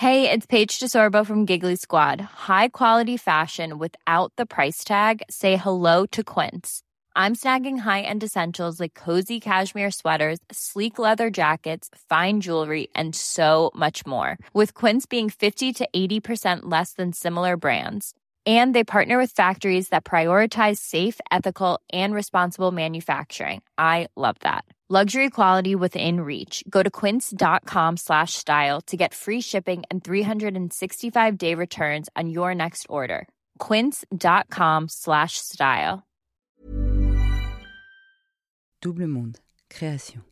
Hey, it's Paige DeSorbo from Giggly Squad. High quality fashion without the price tag. Say hello to Quince. I'm snagging high-end essentials like cozy cashmere sweaters, sleek leather jackets, fine jewelry, and so much more. With Quince being 50 to 80% less than similar brands. And they partner with factories that prioritize safe, ethical, and responsible manufacturing. I love that. Luxury quality within reach. Go to quince.com/style to get free shipping and 365-day returns on your next order. Quince.com/style. Double Monde, création.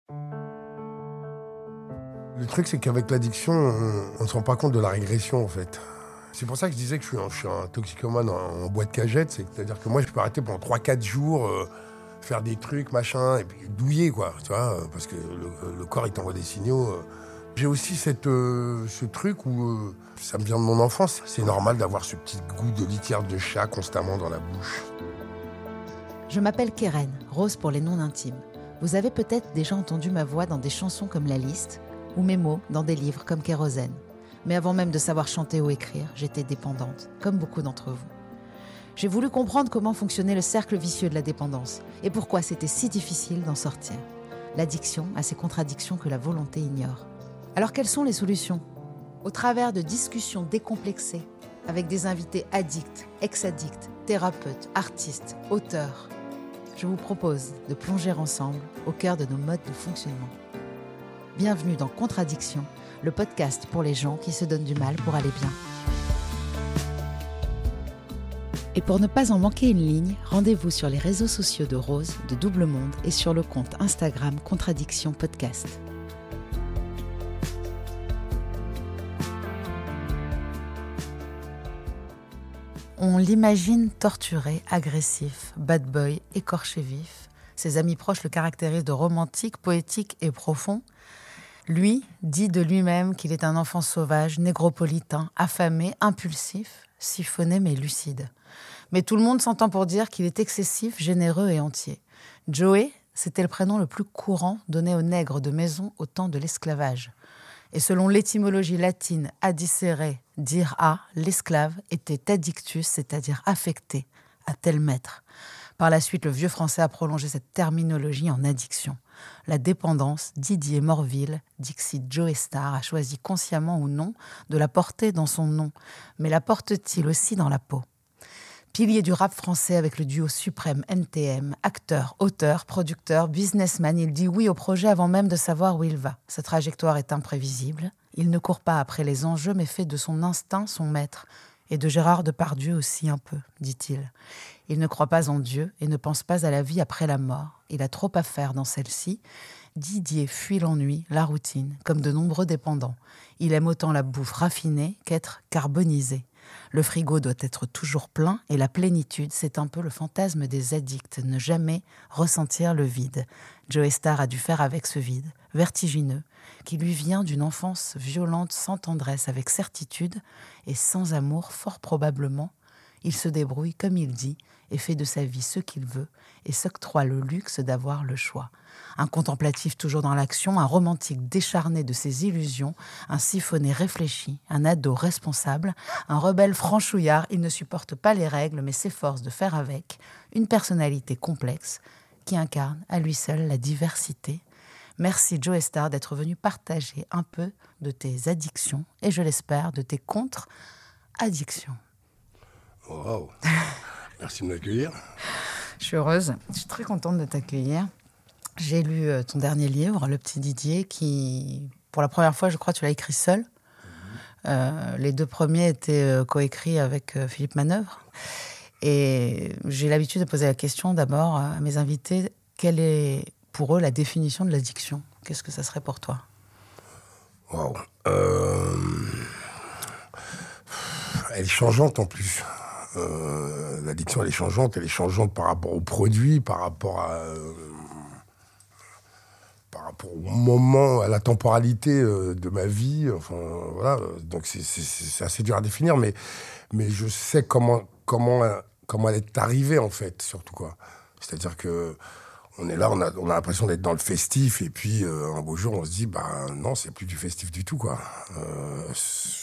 Le truc, c'est qu'avec l'addiction, on ne se rend pas compte de la régression, en fait. C'est pour ça que je disais que je suis un toxicomane en boîte cagette. C'est-à-dire que moi, je peux arrêter pendant 3-4 jours, faire des trucs, machin, et puis douiller, quoi, tu vois, parce que le corps, il t'envoie des signaux. J'ai aussi ce truc où ça me vient de mon enfance. C'est normal d'avoir ce petit goût de litière de chat constamment dans la bouche. Je m'appelle Keren, Rose pour les noms intimes. Vous avez peut-être déjà entendu ma voix dans des chansons comme La Liste, ou mes mots dans des livres comme Kérosène. Mais avant même de savoir chanter ou écrire, j'étais dépendante, comme beaucoup d'entre vous. J'ai voulu comprendre comment fonctionnait le cercle vicieux de la dépendance et pourquoi c'était si difficile d'en sortir. L'addiction a ces contradictions que la volonté ignore. Alors quelles sont les solutions ? Au travers de discussions décomplexées, avec des invités addicts, ex-addicts, thérapeutes, artistes, auteurs, je vous propose de plonger ensemble au cœur de nos modes de fonctionnement. Bienvenue dans Contradiction, le podcast pour les gens qui se donnent du mal pour aller bien. Et pour ne pas en manquer une ligne, rendez-vous sur les réseaux sociaux de Rose, de Double Monde et sur le compte Instagram Contradiction Podcast. On l'imagine torturé, agressif, bad boy, écorché vif. Ses amis proches le caractérisent de romantique, poétique et profond. Lui dit de lui-même qu'il est un enfant sauvage, négropolitain, affamé, impulsif, siphonné mais lucide. Mais tout le monde s'entend pour dire qu'il est excessif, généreux et entier. Joey, c'était le prénom le plus courant donné aux nègres de maison au temps de l'esclavage. Et selon l'étymologie latine addicere, dire à, l'esclave était addictus, c'est-à-dire affecté à tel maître. Par la suite, le vieux français a prolongé cette terminologie en addiction. La dépendance, Didier Morville, Dixit Joey Starr, a choisi consciemment ou non de la porter dans son nom. Mais la porte-t-il aussi dans la peau ? Pilier du rap français avec le duo suprême NTM, acteur, auteur, producteur, businessman, il dit oui au projet avant même de savoir où il va. Sa trajectoire est imprévisible. Il ne court pas après les enjeux, mais fait de son instinct son maître. Et de Gérard Depardieu aussi un peu, dit-il. Il ne croit pas en Dieu et ne pense pas à la vie après la mort. Il a trop à faire dans celle-ci. Didier fuit l'ennui, la routine, comme de nombreux dépendants. Il aime autant la bouffe raffinée qu'être carbonisé. Le frigo doit être toujours plein et la plénitude, c'est un peu le fantasme des addicts, ne jamais ressentir le vide. Joey Starr a dû faire avec ce vide, vertigineux, qui lui vient d'une enfance violente, sans tendresse, avec certitude et sans amour, fort probablement. Il se débrouille comme il dit et fait de sa vie ce qu'il veut et s'octroie le luxe d'avoir le choix. Un contemplatif toujours dans l'action, un romantique décharné de ses illusions, un siphonné réfléchi, un ado responsable, un rebelle franchouillard, il ne supporte pas les règles mais s'efforce de faire avec, une personnalité complexe qui incarne à lui seul la diversité. Merci Joey Starr d'être venu partager un peu de tes addictions et je l'espère de tes contre-addictions. Wow. Merci de m'accueillir. Je suis heureuse, je suis très contente de t'accueillir. J'ai lu ton dernier livre, Le Petit Didier, qui, pour la première fois, je crois, tu l'as écrit seul. Les deux premiers étaient coécrits avec Philippe Manœuvre. Et j'ai l'habitude de poser la question d'abord à mes invités, quelle est pour eux la définition de l'addiction ? Qu'est-ce que ça serait pour toi ? Wow. Elle est changeante en plus. L'addiction, elle est changeante par rapport aux produits, par rapport au moment, à la temporalité de ma vie. Enfin, voilà. Donc c'est assez dur à définir, mais je sais comment elle est arrivée, en fait, surtout, quoi. C'est-à-dire que on est là, on a l'impression d'être dans le festif, et puis un beau jour, on se dit, non, c'est plus du festif du tout, quoi.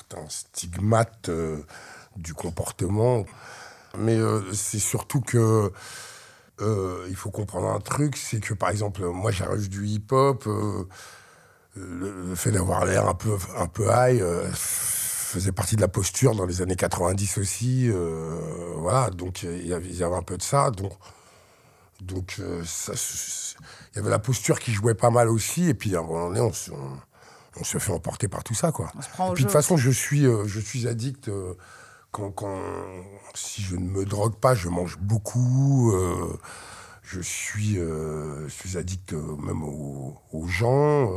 certains stigmates du comportement. Mais c'est surtout que il faut comprendre un truc, c'est que par exemple, moi j'arrive du hip-hop, le fait d'avoir l'air un peu high faisait partie de la posture dans les années 90 aussi. Voilà, donc il y avait un peu de ça. Donc il y avait la posture qui jouait pas mal aussi. Et puis à un moment donné, on se fait emporter par tout ça, quoi. Et puis de toute façon, je suis addict. Si je ne me drogue pas, je mange beaucoup. Je suis addict même aux gens.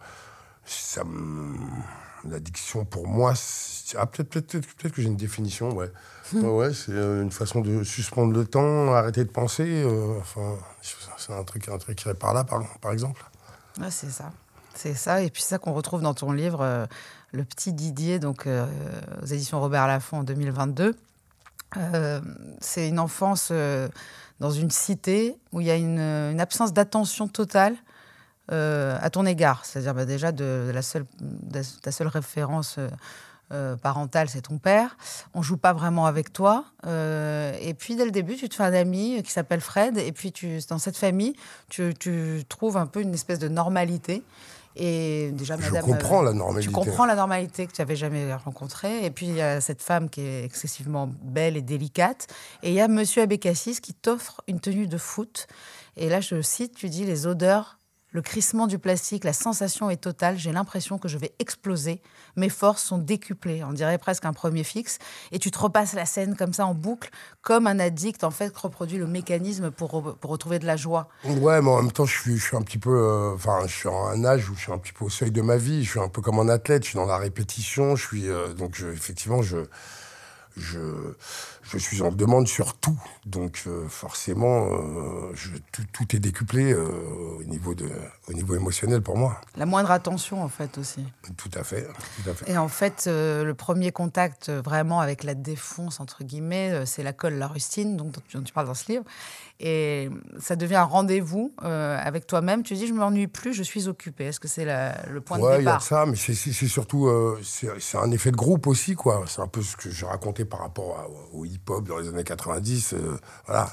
L'addiction, pour moi, peut-être que j'ai une définition, ouais. Ouais, c'est une façon de suspendre le temps, arrêter de penser. C'est un truc qui irait par là, par exemple. Ouais, c'est ça. C'est ça, et puis ça qu'on retrouve dans ton livre, Le Petit Didier, donc aux éditions Robert Laffont en 2022. C'est une enfance dans une cité où il y a une absence d'attention totale à ton égard. C'est-à-dire déjà ta seule référence parentale, c'est ton père. On joue pas vraiment avec toi. Et puis dès le début, tu te fais un ami qui s'appelle Fred. Et puis dans cette famille, tu trouves un peu une espèce de normalité. Et déjà, madame, je comprends la normalité. Tu comprends la normalité que tu n'avais jamais rencontrée. Et puis, il y a cette femme qui est excessivement belle et délicate. Et il y a monsieur Abécassis qui t'offre une tenue de foot. Et là, je cite, tu dis, les odeurs, le crissement du plastique, la sensation est totale. J'ai l'impression que je vais exploser. Mes forces sont décuplées. On dirait presque un premier fixe. Et tu te repasses la scène comme ça en boucle, comme un addict, en fait, reproduit le mécanisme pour retrouver de la joie. Ouais, mais en même temps, je suis un petit peu... je suis à un âge où je suis un petit peu au seuil de ma vie. Je suis un peu comme un athlète. Je suis dans la répétition. Effectivement, je suis en demande sur tout. Donc, forcément, tout est décuplé au niveau émotionnel pour moi. La moindre attention, en fait, aussi. Tout à fait. Et en fait, le premier contact vraiment avec la défonce, entre guillemets, c'est la colle, la rustine, dont tu parles dans ce livre. Et ça devient un rendez-vous avec toi-même. Tu dis, je ne m'ennuie plus, je suis occupée. Est-ce que c'est le point de départ ? Ouais, il y a de ça, mais c'est surtout... c'est un effet de groupe aussi, quoi. C'est un peu ce que je racontais par rapport au hip-hop dans les années 90. Voilà.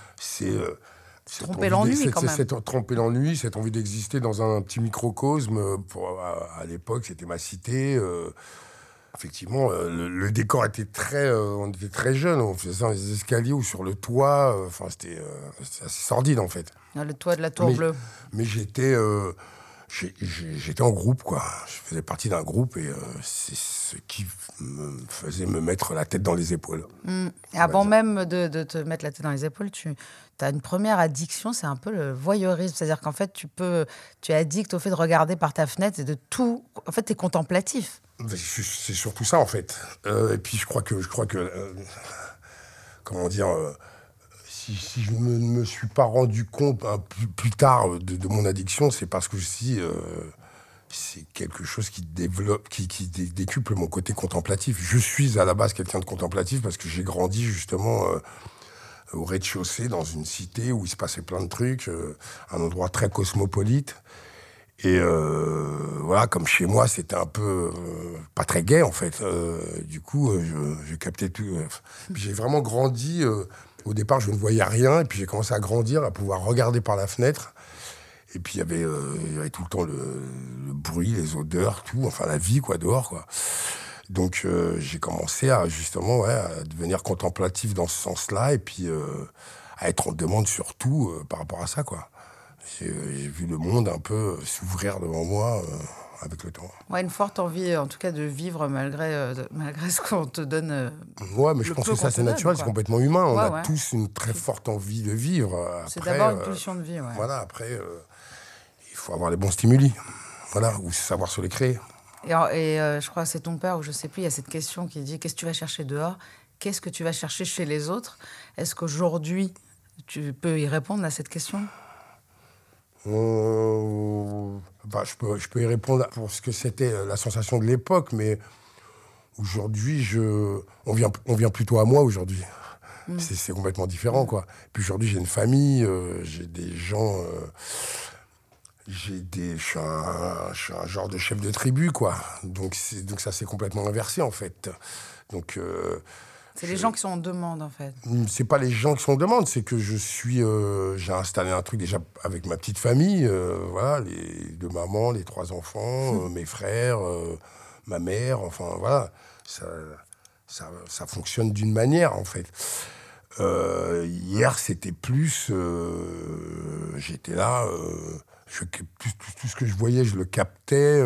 Tromper l'ennui, quand même. C'est tromper l'ennui, cette envie d'exister dans un petit microcosme. À l'époque, c'était ma cité. Effectivement, le décor était on était très jeunes. On faisait ça dans les escaliers ou sur le toit. C'était assez sordide, en fait. Le toit de la Tour Bleue. Mais j'étais en groupe, quoi. Je faisais partie d'un groupe et c'est ce qui me faisait me mettre la tête dans les épaules. Et avant même de te mettre la tête dans les épaules, tu as une première addiction, c'est un peu le voyeurisme. C'est-à-dire qu'en fait, tu es addict au fait de regarder par ta fenêtre et de tout... En fait, tu es contemplatif. C'est surtout ça, en fait. Et puis, je crois que comment dire... Si je ne me suis pas rendu compte plus tard de mon addiction, c'est parce que c'est quelque chose qui décuple mon côté contemplatif. Je suis à la base quelqu'un de contemplatif parce que j'ai grandi justement au rez-de-chaussée dans une cité où il se passait plein de trucs, un endroit très cosmopolite. Et voilà, comme chez moi, c'était un peu pas très gai en fait. Du coup, je captais tout. Puis j'ai vraiment grandi. Au départ, je ne voyais rien, et puis j'ai commencé à grandir, à pouvoir regarder par la fenêtre. Et puis il y avait tout le temps le bruit, les odeurs, tout, enfin la vie, quoi, dehors, quoi. Donc j'ai commencé à devenir contemplatif dans ce sens-là, et puis à être en demande sur tout par rapport à ça, quoi. J'ai vu le monde un peu s'ouvrir devant moi avec le temps. Ouais, une forte envie, en tout cas, de vivre malgré ce qu'on te donne. Ouais, mais je pense que ça, c'est naturel, c'est complètement humain. On a ouais. tous une très forte envie de vivre. Après, c'est d'abord une pulsion de vie, ouais. Voilà, après, il faut avoir les bons stimuli. Voilà, ou savoir se les créer. Et je crois que c'est ton père, ou je sais plus, il y a cette question qui dit « Qu'est-ce que tu vas chercher dehors ? Qu'est-ce que tu vas chercher chez les autres ?» Est-ce qu'aujourd'hui, tu peux y répondre à cette question ? Je peux y répondre pour ce que c'était la sensation de l'époque, mais aujourd'hui, on vient plutôt à moi aujourd'hui. C'est complètement différent, quoi. Puis aujourd'hui, j'ai une famille, j'ai des gens Je suis un genre de chef de tribu, quoi. Donc ça s'est complètement inversé, en fait. Donc... c'est les gens qui sont en demande, en fait. C'est pas les gens qui sont en demande, c'est que j'ai installé un truc déjà avec ma petite famille, voilà, les 2 mamans, les 3 enfants, mes frères, ma mère, enfin, voilà. Ça fonctionne d'une manière, en fait. Hier, c'était plus... j'étais là, tout ce que je voyais, je le captais.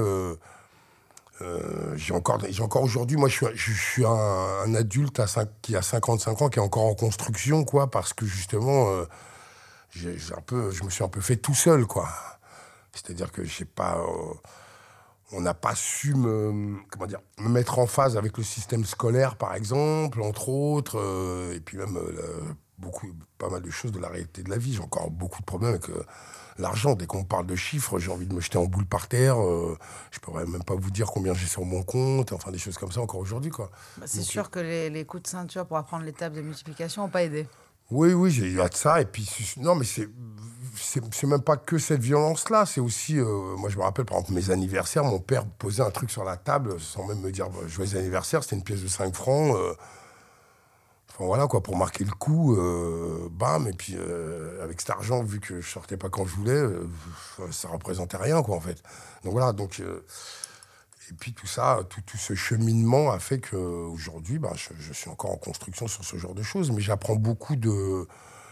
J'ai encore aujourd'hui, moi je suis un adulte qui a 55 ans, qui est encore en construction, quoi, parce que justement, je me suis un peu fait tout seul, quoi. C'est-à-dire que on n'a pas su me mettre en phase avec le système scolaire, par exemple, entre autres, et puis même pas mal de choses de la réalité de la vie. J'ai encore beaucoup de problèmes avec l'argent. Dès qu'on parle de chiffres, j'ai envie de me jeter en boule par terre. Je pourrais même pas vous dire combien j'ai sur mon compte. Enfin, des choses comme ça encore aujourd'hui, quoi. C'est sûr que les coups de ceinture pour apprendre les tables de multiplication n'ont pas aidé. Oui, j'ai eu de ça. Et puis, non, mais c'est même pas que cette violence-là. C'est aussi, moi, je me rappelle, par exemple, mes anniversaires, mon père posait un truc sur la table sans même me dire joyeux anniversaire. C'était une pièce de 5 francs. Enfin, voilà, quoi, pour marquer le coup, bam. Et puis, avec cet argent, vu que je sortais pas quand je voulais, ça représentait rien, quoi, en fait. Donc, voilà, et puis tout ça, tout ce cheminement a fait qu'aujourd'hui, je suis encore en construction sur ce genre de choses, mais j'apprends beaucoup des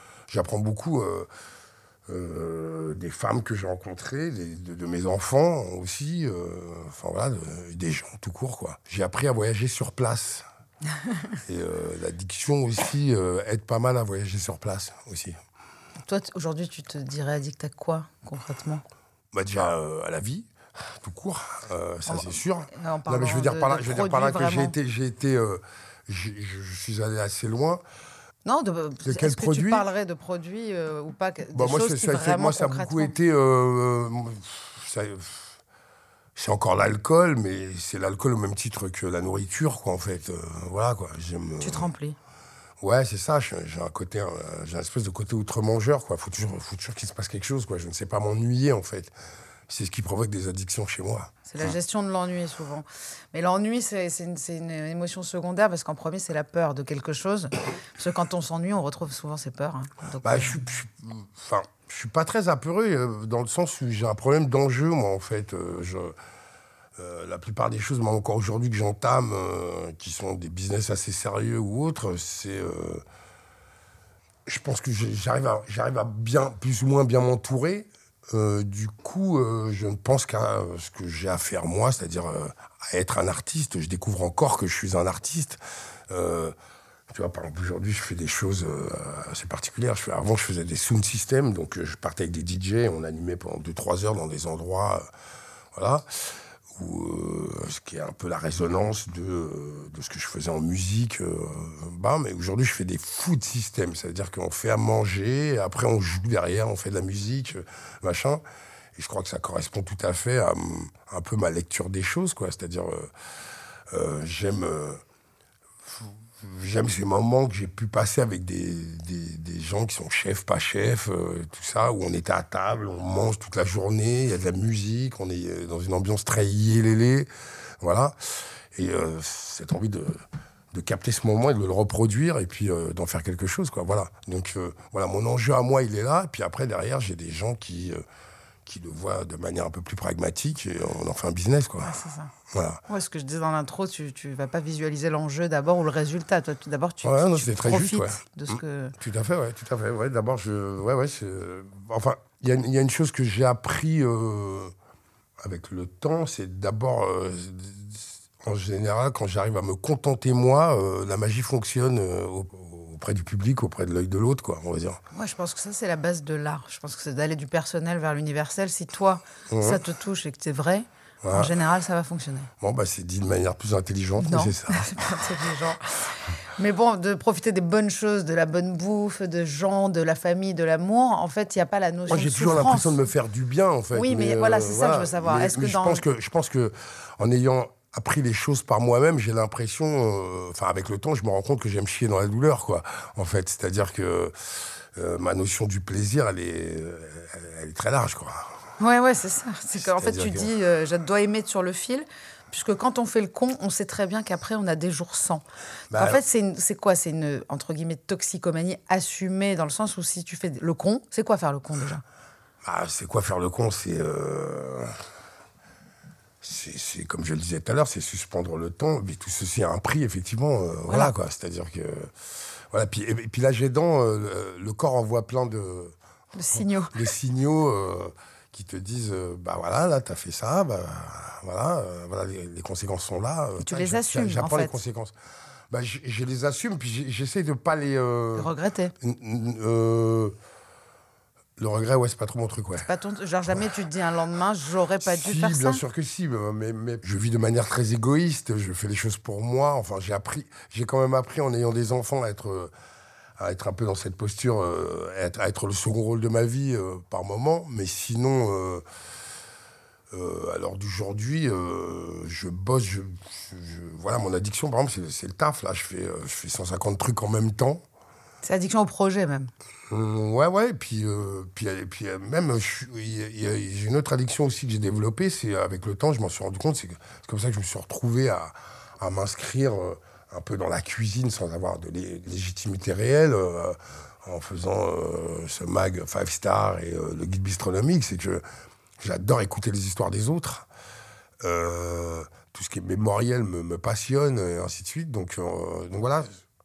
femmes que j'ai rencontrées, de mes enfants aussi, enfin voilà, des gens tout court, quoi. J'ai appris à voyager sur place. Et l'addiction aussi aide pas mal à voyager sur place aussi. Toi, aujourd'hui, tu te dirais addict à quoi, concrètement ? Déjà, à la vie. Tout court, ça c'est sûr. Non, mais je veux dire par là que vraiment. je suis allé assez loin. Non, de quel produit ? Tu parlerais de produits ou pas, moi, ça a beaucoup été... c'est encore l'alcool, mais c'est l'alcool au même titre que la nourriture, quoi, en fait. Voilà, quoi. Tu te remplis. Ouais, c'est ça. J'ai une espèce de côté outre-mangeur, quoi. Faut toujours qu'il se passe quelque chose, quoi. Je ne sais pas m'ennuyer, en fait. C'est ce qui provoque des addictions chez moi. C'est la gestion de l'ennui, souvent. Mais l'ennui, c'est une émotion secondaire, parce qu'en premier, c'est la peur de quelque chose. Parce que quand on s'ennuie, on retrouve souvent ses peurs. Hein. Donc, je suis pas très apeuré, dans le sens où j'ai un problème d'enjeu, moi, en fait. La plupart des choses, même encore aujourd'hui, que j'entame, qui sont des business assez sérieux ou autres, c'est... je pense que j'arrive à bien, plus ou moins bien m'entourer. Du coup, je ne pense qu'à ce que j'ai à faire moi, c'est-à-dire à être un artiste. Je découvre encore que je suis un artiste. Tu vois, par exemple, aujourd'hui, je fais des choses assez particulières. Avant, je faisais des sound systems, donc je partais avec des DJ, on animait pendant 2-3 heures dans des endroits, voilà, ce qui est un peu la résonance de ce que je faisais en musique. Mais aujourd'hui, je fais des food systems, c'est-à-dire qu'on fait à manger, et après on joue derrière, on fait de la musique, machin. Et je crois que ça correspond tout à fait à un peu ma lecture des choses, quoi. C'est-à-dire, j'aime ces moments que j'ai pu passer avec des gens qui sont chefs, pas chefs, tout ça, où on était à table, on mange toute la journée, il y a de la musique, on est dans une ambiance très yélélé, voilà. Et cette envie de capter ce moment et de le reproduire et puis d'en faire quelque chose, quoi, voilà. Donc, voilà, mon enjeu à moi, il est là. Et puis après, derrière, j'ai des gens qui le voient de manière un peu plus pragmatique et on en fait un business, quoi. Ouais, c'est ça. Voilà. Ouais, ce que je disais dans l'intro, tu vas pas visualiser l'enjeu d'abord ou le résultat. Toi, d'abord, tu c'est très profites juste, ouais. de ce que... Tout à fait. Ouais, d'abord, enfin, il y a une chose que j'ai appris avec le temps, c'est d'abord, en général, quand j'arrive à me contenter moi, la magie fonctionne auprès du public, auprès de l'œil de l'autre, quoi, on va dire. Moi, je pense que ça, c'est la base de l'art. Je pense que c'est d'aller du personnel vers l'universel. Si toi, ça te touche et que c'est vrai, en général, ça va fonctionner. Bon, c'est dit de manière plus intelligente, non, mais c'est ça. C'est pas intelligent. Mais bon, de profiter des bonnes choses, de la bonne bouffe, de gens, de la famille, de l'amour, en fait, il n'y a pas la notion de souffrance. Moi, j'ai toujours l'impression de me faire du bien, en fait. Oui, mais voilà, c'est ça que je veux savoir. Est-ce que je pense que en ayant appris les choses par moi-même, j'ai l'impression, avec le temps, je me rends compte que j'aime chier dans la douleur, quoi. En fait, c'est-à-dire que ma notion du plaisir, elle est très large, quoi. Ouais, c'est ça. C'est qu'en fait, tu C'est-à-dire dis, je dois aimer sur le fil, puisque quand on fait le con, on sait très bien qu'après, on a des jours sans. En fait, c'est quoi ? C'est une, entre guillemets, toxicomanie assumée, dans le sens où si tu fais le con, c'est quoi faire le con déjà ? C'est quoi faire le con ? C'est comme je le disais tout à l'heure, c'est suspendre le temps. Mais tout ceci a un prix, effectivement. Voilà, quoi. C'est-à-dire que... Voilà, et puis l'âge aidant, le corps envoie plein de signaux. De signaux qui te disent, voilà, là, t'as fait ça, voilà, les conséquences sont là. Tu les assumes, j'apprends en fait. les conséquences. Je les assume, puis j'essaie de pas les... regretter. Le regret, ouais, c'est pas trop mon truc, ouais. C'est pas genre jamais tu te dis un lendemain, j'aurais pas dû faire ça. Bien sûr que si, mais je vis de manière très égoïste, je fais les choses pour moi. Enfin, j'ai quand même appris en ayant des enfants à être un peu dans cette posture, à être le second rôle de ma vie par moment. Mais sinon, à l'heure d'aujourd'hui, je bosse. Voilà, mon addiction, par exemple, c'est le taf. Là, je fais 150 trucs en même temps. C'est l'addiction au projet, même. Ouais. Et puis même, j'ai une autre addiction aussi que j'ai développée. C'est avec le temps, je m'en suis rendu compte. C'est comme ça que je me suis retrouvé à m'inscrire un peu dans la cuisine sans avoir de légitimité réelle, en faisant ce mag 5 Star et le guide bistronomique. C'est que j'adore écouter les histoires des autres. Tout ce qui est mémoriel me passionne, et ainsi de suite. Donc voilà.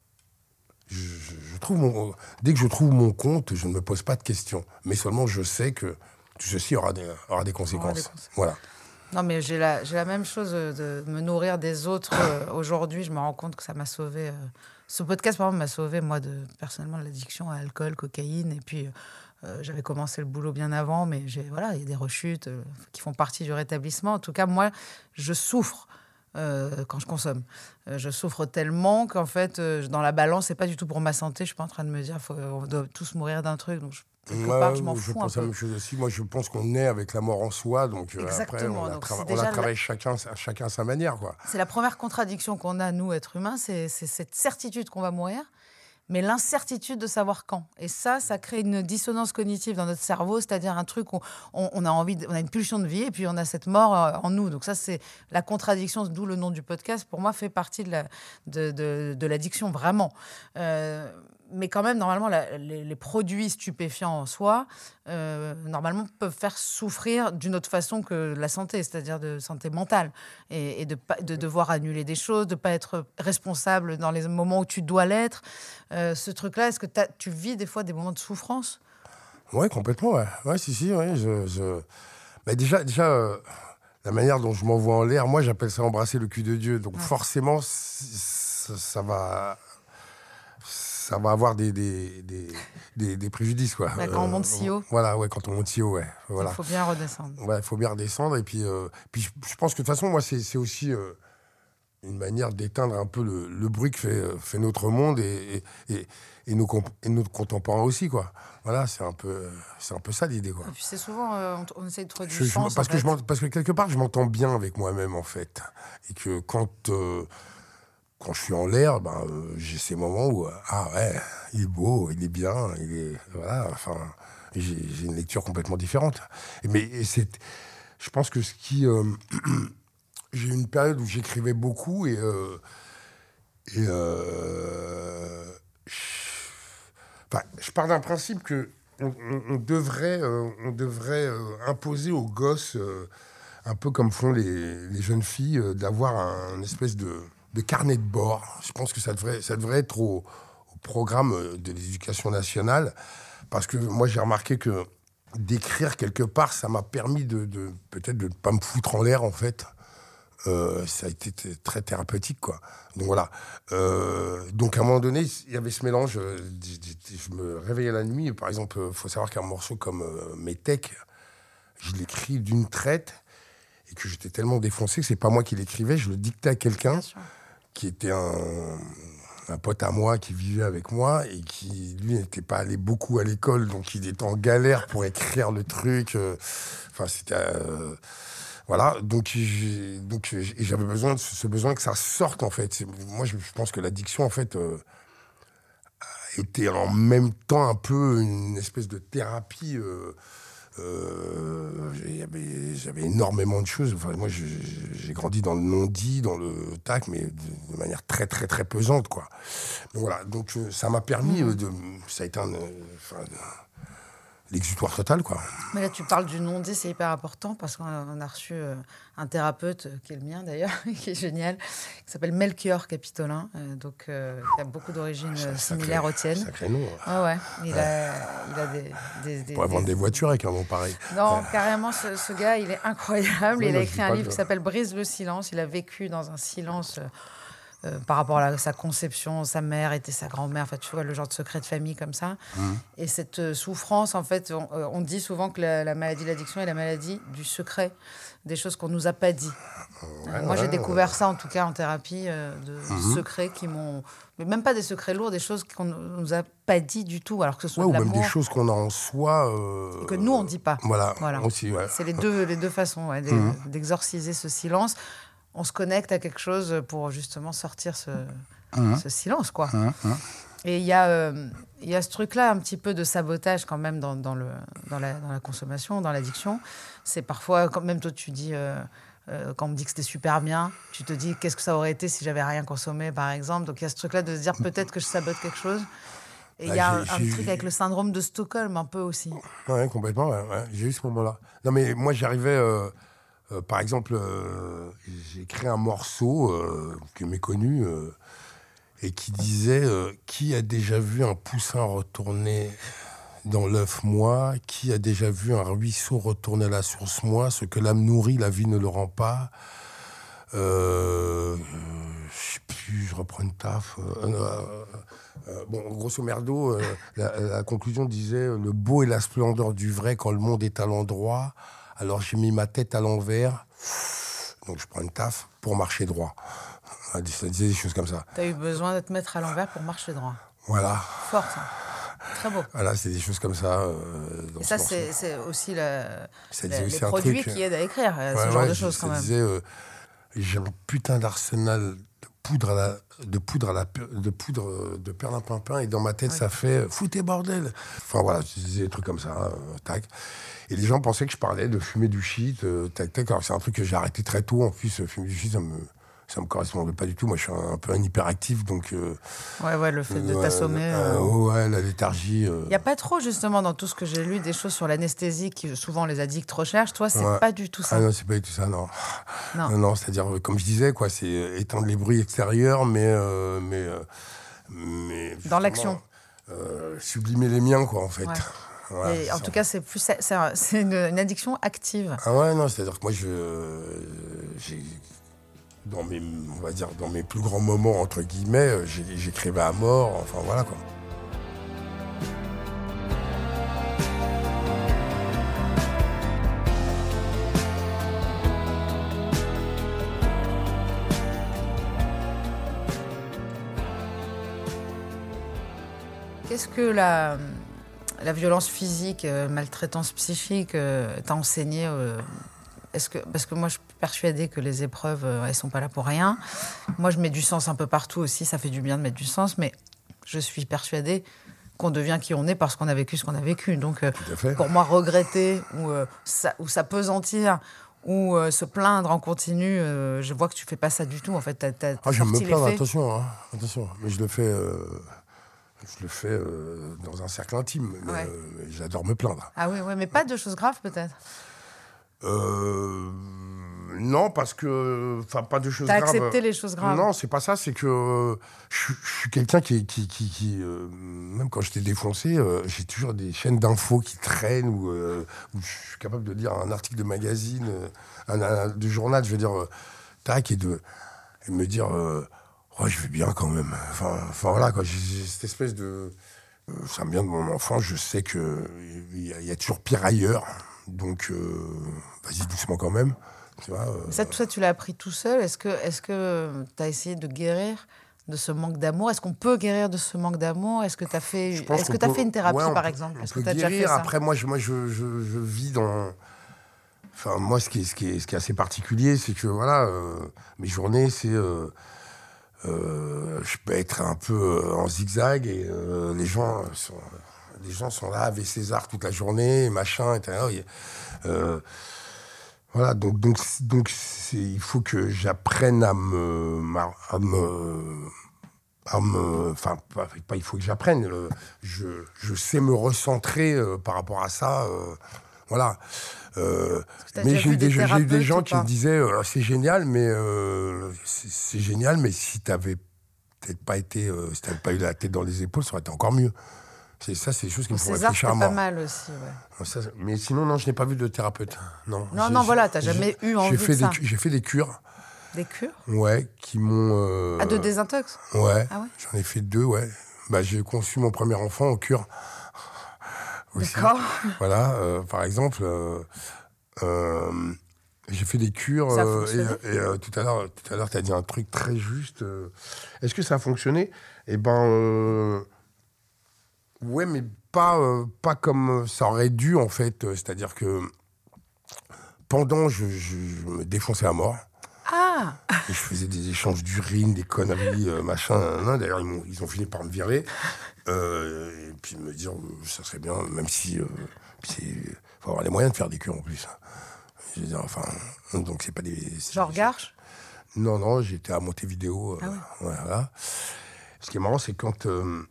Je trouve dès que je trouve mon compte, je ne me pose pas de questions. Mais seulement je sais que tout ceci aura des conséquences. Voilà. Non, mais j'ai la même chose de me nourrir des autres. Aujourd'hui, je me rends compte que ça m'a sauvé. Ce podcast, par exemple, m'a sauvé, moi, personnellement, de l'addiction à l'alcool, cocaïne. Et puis, j'avais commencé le boulot bien avant, mais il y a des rechutes qui font partie du rétablissement. En tout cas, moi, je souffre. Quand je consomme. Je souffre tellement qu'en fait, dans la balance, c'est pas du tout pour ma santé. Je suis pas en train de me dire on doit tous mourir d'un truc. Donc, quelque part, je m'en fous un peu. Je pense la même chose aussi. Moi, je pense qu'on est avec la mort en soi. Donc, après, on a travaillé chacun à sa manière, quoi. C'est la première contradiction qu'on a, nous, êtres humains. C'est cette certitude qu'on va mourir, mais l'incertitude de savoir quand. Et ça crée une dissonance cognitive dans notre cerveau, c'est-à-dire un truc où on a une pulsion de vie et puis on a cette mort en nous. Donc ça, c'est la contradiction, d'où le nom du podcast, pour moi, fait partie de l'addiction, vraiment. Mais quand même, normalement, les produits stupéfiants en soi, normalement, peuvent faire souffrir d'une autre façon que la santé, c'est-à-dire de santé mentale. Et de devoir annuler des choses, de ne pas être responsable dans les moments où tu dois l'être. Ce truc-là, est-ce que tu vis des fois des moments de souffrance ? Oui, complètement, ouais. Ouais, si, oui. Mais déjà la manière dont je m'envoie en l'air, moi, j'appelle ça embrasser le cul de Dieu. Donc forcément, ça va avoir des préjudices, quoi. Quand on monte si haut. Voilà, ouais, quand on monte si haut, ouais. Voilà. Il faut bien redescendre. Ouais, il faut bien redescendre. Et puis je pense que de toute façon, moi, c'est aussi une manière d'éteindre un peu le bruit que fait notre monde et nos contemporains aussi, quoi. Voilà, c'est un peu ça l'idée, quoi. Et puis c'est souvent, on essaie de trouver du sens. Parce que quelque part, je m'entends bien avec moi-même, en fait. Et que quand je suis en l'air, j'ai ces moments où il est beau, il est bien, voilà, enfin, j'ai une lecture complètement différente. Je pense que j'ai eu une période où j'écrivais beaucoup et je pars d'un principe que on devrait imposer aux gosses, un peu comme font les jeunes filles, d'avoir un espèce de carnet de bord. Je pense que ça devrait être au programme de l'éducation nationale, parce que moi j'ai remarqué que d'écrire quelque part, ça m'a permis peut-être de ne pas me foutre en l'air, en fait. Ça a été très thérapeutique, quoi. Donc voilà. Donc à un moment donné, il y avait ce mélange. Je me réveillais la nuit. Par exemple, il faut savoir qu'un morceau comme Métèque, je l'écris d'une traite et que j'étais tellement défoncé que c'est pas moi qui l'écrivais. Je le dictais à quelqu'un qui était un pote à moi qui vivait avec moi et qui, lui, n'était pas allé beaucoup à l'école, donc il était en galère pour écrire le truc. Enfin, c'était... voilà, donc j'avais besoin que ça sorte, en fait. Moi, je pense que l'addiction, en fait, était en même temps un peu une espèce de thérapie J'avais énormément de choses. Enfin, moi, j'ai grandi dans le non-dit, dans le tac, mais de manière très, très, très pesante, quoi. Donc, voilà. Donc, ça m'a permis ça a été l'exutoire total, quoi. Mais là, tu parles du non-dit, c'est hyper important parce qu'on a reçu un thérapeute, qui est le mien d'ailleurs, qui est génial, qui s'appelle Melchior Capitolin, qui a beaucoup d'origines similaires aux tiennes. Sacré nom. Ouais. Il a des On pourrait vendre des voitures avec un nom pareil. Non, carrément, ce gars, il est incroyable. Ouais, il a je écrit dis un pas livre qui s'appelle Brise le silence. Il a vécu dans un silence par rapport à sa conception. Sa mère était sa grand-mère. Enfin, tu vois, le genre de secret de famille comme ça. Et cette souffrance, en fait, on dit souvent que la maladie de l'addiction est la maladie du secret, des choses qu'on nous a pas dit. Moi, j'ai découvert ça, en tout cas, en thérapie, de secrets qui m'ont... Mais même pas des secrets lourds, des choses qu'on nous a pas dit du tout, alors que ce soit de ou l'amour. même des choses qu'on a en soi... Et que nous, on dit pas. Voilà. Aussi, ouais. C'est les deux façons d'exorciser ce silence. On se connecte à quelque chose pour justement sortir ce silence, quoi. Et il y a ce truc-là, un petit peu de sabotage quand même dans la consommation, dans l'addiction. C'est parfois, quand même toi tu dis, quand on me dit que c'était super bien, tu te dis qu'est-ce que ça aurait été si j'avais rien consommé, par exemple. Donc il y a ce truc-là de se dire peut-être que je sabote quelque chose. Et il y a un truc avec le syndrome de Stockholm un peu aussi. Ouais, complètement, ouais. J'ai eu ce moment-là. Non mais moi j'arrivais... par exemple, j'ai créé un morceau qui est méconnu et qui disait qui a déjà vu un poussin retourner dans l'œuf moi, qui a déjà vu un ruisseau retourner à la source moi, ce que l'âme nourrit, la vie ne le rend pas. Je sais plus, je reprends une taf. Bon, grosso merdo, la conclusion disait le beau et la splendeur du vrai quand le monde est à l'endroit. Alors j'ai mis ma tête à l'envers, donc je prends une taf pour marcher droit. Ça disait des choses comme ça. T'as eu besoin de te mettre à l'envers pour marcher droit. Voilà. Fort, ça. Très beau. Voilà, c'est des choses comme ça. Et ça, c'est aussi les un produits truc, qui aident à écrire ce genre de choses, quand même. Disait, j'ai un putain d'arsenal de perlimpinpin, et dans ma tête, ça fait « foutez bordel !» Enfin voilà, je disais des trucs comme ça, tac. Et les gens pensaient que je parlais de fumer du shit, tac, tac. Alors c'est un truc que j'ai arrêté très tôt. En plus, fumer du shit, ça me correspondait pas du tout. Moi, je suis un peu un hyperactif, donc... le fait de t'assommer... Ouais, la léthargie... Il n'y a pas trop, justement, dans tout ce que j'ai lu, des choses sur l'anesthésie qui, souvent, les addicts recherchent. Toi, c'est pas du tout ça. Ah non, c'est pas du tout ça, non. Non, c'est-à-dire, comme je disais, quoi, c'est éteindre les bruits extérieurs, mais dans l'action. Sublimer les miens, quoi, en fait. Ouais. Voilà, et en tout cas, c'est une addiction active. Ah ouais, non, c'est-à-dire que moi, j'ai... on va dire, dans mes plus grands moments, entre guillemets, j'écrivais à mort, enfin voilà, quoi. Qu'est-ce que la violence physique, maltraitance psychique t'a enseigné parce que moi, je suis persuadée que les épreuves, elles sont pas là pour rien. Moi, je mets du sens un peu partout aussi. Ça fait du bien de mettre du sens, mais je suis persuadée qu'on devient qui on est parce qu'on a vécu ce qu'on a vécu. Donc, pour moi, regretter ou s'apesantir ou se plaindre en continu, je vois que tu fais pas ça du tout. En fait, j'aime me plaindre, attention. Mais je le fais... dans un cercle intime. Mais, j'adore me plaindre. Ah oui, mais pas de choses graves, peut-être. Non, parce que... Enfin, pas de choses graves. T'as accepté les choses graves. Non, c'est pas ça. C'est que je suis quelqu'un qui même quand j'étais défoncé, j'ai toujours des chaînes d'infos qui traînent où je suis capable de lire un article de magazine, de journal, je veux dire, tac, et de me dire... je vais bien quand même. Enfin voilà, quoi. J'ai cette espèce de... ça me vient de mon enfance, je sais qu'il y a toujours pire ailleurs. Donc, vas-y doucement quand même. Tu vois, tout ça, tu l'as appris tout seul. Est-ce que tu as essayé de guérir de ce manque d'amour? Est-ce qu'on peut guérir de ce manque d'amour? Est-ce que tu as fait une thérapie, par exemple? Est-ce que tu as déjà fait ça? Après, moi, je vis dans... Enfin, moi, ce qui est assez particulier, c'est que, voilà, mes journées, c'est... je peux être un peu en zigzag et les gens sont les gens sont là avec César toute la journée, machin, etc. Voilà, donc il faut que j'apprenne enfin, pas il faut que j'apprenne. Je sais me recentrer par rapport à ça. Voilà. Mais j'ai eu des gens qui me disaient c'est génial, mais si t'avais peut-être pas été, si t'avais pas eu la tête dans les épaules, ça aurait été encore mieux. C'est des choses qui me font réfléchir à moi. César, c'est pas mal aussi, ouais. Ça, mais sinon, non, je n'ai pas vu de thérapeute. Non, voilà, t'as jamais eu envie de ça. J'ai fait des cures. Des cures ? Ouais, qui m'ont... de désintox ? Ouais, ah ouais, j'en ai fait 2, ouais. J'ai conçu mon premier enfant en cure. Aussi. D'accord. Voilà, par exemple, j'ai fait des cures. Ça a fonctionné ? Et tout à l'heure, tu as dit un truc très juste. Est-ce que ça a fonctionné ? Ouais, mais pas comme ça aurait dû, en fait. C'est-à-dire que pendant, je me défonçais à mort. Ah. Et je faisais des échanges d'urine, des conneries, machin. D'ailleurs, ils ont fini par me virer. Et puis me dire, ça serait bien, même si... il faut avoir les moyens de faire des cures, en plus. Je veux dire, enfin... Donc, c'est pas des... Genre Garches ? Non, j'étais à Montevideo. Ah ouais. Voilà. Ce qui est marrant, c'est quand...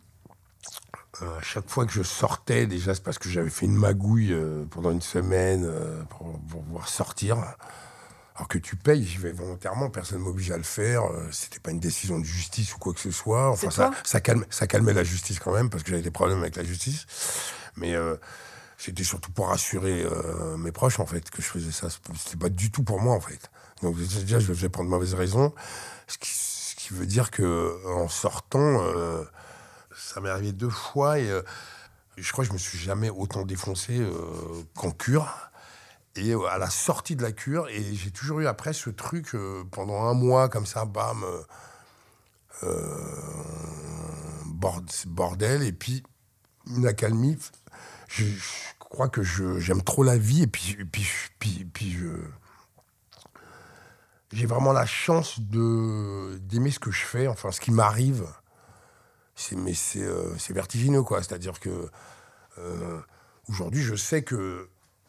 à chaque fois que je sortais, déjà, c'est parce que j'avais fait une magouille pendant une semaine pour pouvoir sortir. Alors que tu payes, j'y vais volontairement, personne ne m'oblige à le faire. C'était pas une décision de justice ou quoi que ce soit. Enfin, ça calmait la justice quand même, parce que j'avais des problèmes avec la justice. Mais c'était surtout pour rassurer mes proches, en fait, que je faisais ça. C'était pas du tout pour moi, en fait. Donc déjà, je le faisais pour de mauvaises raisons. Ce qui veut dire qu'en sortant... ça m'est arrivé 2 fois et je crois que je me suis jamais autant défoncé qu'en cure. Et à la sortie de la cure, et j'ai toujours eu après ce truc pendant 1 mois comme ça, bam, bordel, et puis une accalmie. Je crois que j'aime trop la vie, et puis j'ai vraiment la chance d'aimer ce que je fais, enfin ce qui m'arrive. C'est vertigineux, quoi. C'est-à-dire que aujourd'hui, je sais que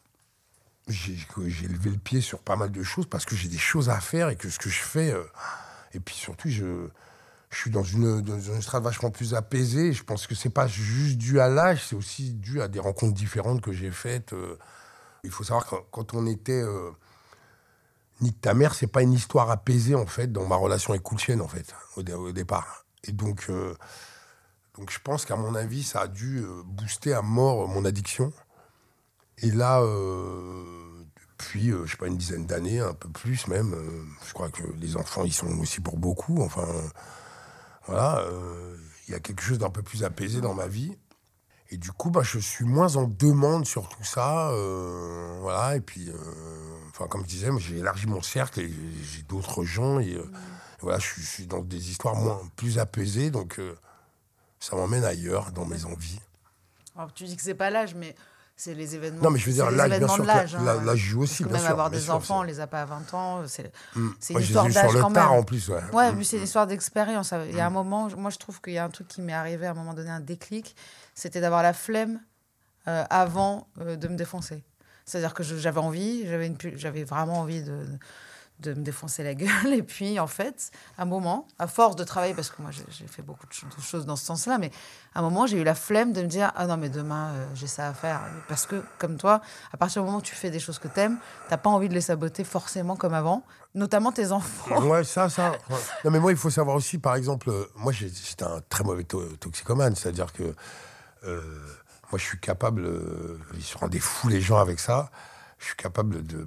j'ai levé le pied sur pas mal de choses parce que j'ai des choses à faire et que ce que je fais... et puis surtout, je suis dans une strate vachement plus apaisée. Et je pense que c'est pas juste dû à l'âge, c'est aussi dû à des rencontres différentes que j'ai faites. Il faut savoir que quand on était... Nique ta mère, c'est pas une histoire apaisée, en fait, dans ma relation avec Kulchen, en fait, au départ. Et donc je pense qu'à mon avis, ça a dû booster à mort mon addiction. Et là, depuis, je sais pas, une dizaine d'années, un peu plus même, je crois que les enfants, ils sont aussi pour beaucoup. Enfin, voilà, il y a quelque chose d'un peu plus apaisé dans ma vie. Et du coup, je suis moins en demande sur tout ça. Voilà, et puis, comme je disais, j'ai élargi mon cercle et j'ai d'autres gens. Et voilà, je suis dans des histoires plus apaisées, donc... ça m'emmène ailleurs, dans mes envies. Alors, tu dis que c'est pas l'âge, mais c'est les événements. Non, mais je veux dire, l'âge, bien sûr, l'âge joue aussi, bien sûr. Même avoir des enfants, on les a pas à 20 ans. C'est une moi, histoire d'âge sur quand le tard, même. en plus, ouais. Ouais, mais c'est une histoire d'expérience. Il y a un moment, moi, je trouve qu'il y a un truc qui m'est arrivé à un moment donné, un déclic, c'était d'avoir la flemme avant de me défoncer. C'est-à-dire que j'avais envie, j'avais vraiment envie de me défoncer la gueule. Et puis, en fait, à un moment, à force de travailler, parce que moi, j'ai fait beaucoup de choses dans ce sens-là, mais à un moment, j'ai eu la flemme de me dire « Ah non, mais demain, j'ai ça à faire. » Parce que, comme toi, à partir du moment où tu fais des choses que t'aimes, t'as pas envie de les saboter forcément comme avant, notamment tes enfants. Ouais, ça. Ouais. Non, mais moi, il faut savoir aussi, par exemple, moi, j'étais un très mauvais toxicomane, c'est-à-dire que moi, je suis capable, ils se rendaient fous les gens avec ça, je suis capable de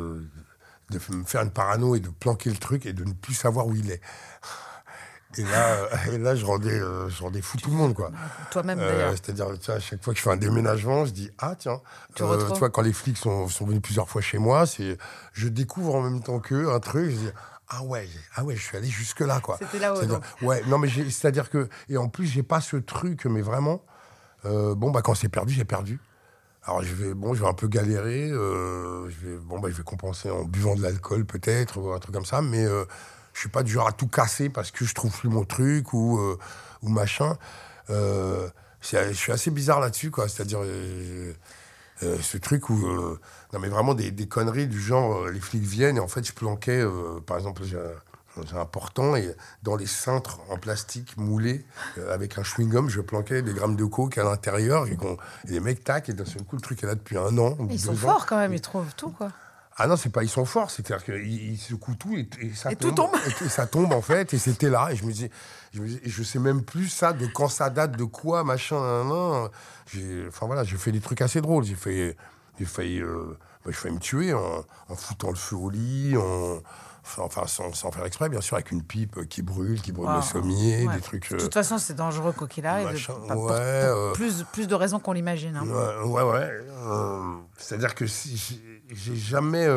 me faire une parano et de planquer le truc et de ne plus savoir où il est. Et là, je rendais fou tout le monde, quoi. Toi-même, d'ailleurs. C'est-à-dire, à chaque fois que je fais un déménagement, je dis, ah, tiens, tu vois, quand les flics sont venus plusieurs fois chez moi, je découvre en même temps qu'eux un truc, je dis, ah ouais, je suis allé jusque-là, quoi. C'était là-haut, donc. Ouais, non, mais c'est-à-dire que... Et en plus, j'ai pas ce truc, mais vraiment... quand c'est perdu, j'ai perdu. Alors, je vais un peu galérer. Je vais compenser en buvant de l'alcool, peut-être, ou un truc comme ça. Mais je suis pas du genre à tout casser parce que je trouve plus mon truc ou machin. je suis assez bizarre là-dessus, quoi. C'est-à-dire ce truc où... non, mais vraiment des conneries du genre, les flics viennent et en fait, je planquais, par exemple, j'ai un portant et dans les cintres en plastique moulés, avec un chewing-gum, je planquais des grammes de coke à l'intérieur et les mecs, tac, et d'un seul coup, le truc est là depuis 1 an. Ils sont forts quand même, ils trouvent tout, quoi. Ah non, c'est pas ils sont forts, c'est-à-dire qu'ils secouent tout et ça Et tombe. tout tombe. Et ça tombe, en fait, et c'était là. Et je me dis, je sais même plus ça, de quand ça date, de quoi, machin, Enfin voilà, j'ai fait des trucs assez drôles. J'ai failli me tuer en foutant le feu au lit, enfin sans faire exprès, bien sûr, avec une pipe qui brûle le sommier, des trucs... De toute façon, c'est dangereux quoi qu'il arrive. Machin, pour plus de raisons qu'on l'imagine. Hein. Ouais. C'est-à-dire que j'ai jamais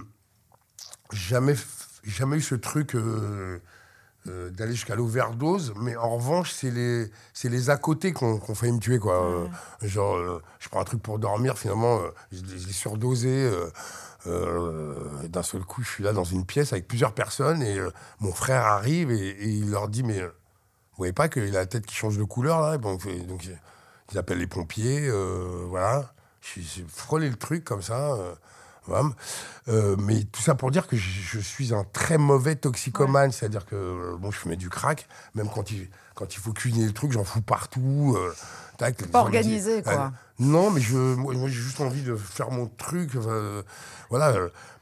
eu ce truc d'aller jusqu'à l'overdose, mais en revanche, c'est les à côté qu'on failli me tuer, quoi. Genre, je prends un truc pour dormir, finalement, je l'ai surdosé. D'un seul coup, je suis là dans une pièce avec plusieurs personnes et mon frère arrive et il leur dit, mais vous voyez pas qu'il a la tête qui change de couleur, là? Donc ils appellent les pompiers, voilà. J'ai frôlé le truc comme ça. Voilà. Mais tout ça pour dire que je suis un très mauvais toxicomane, c'est-à-dire que je fumais du crack, même quand il faut cuisiner le truc, j'en fous partout. Pas organisé, quoi. Non, mais moi j'ai juste envie de faire mon truc. Voilà.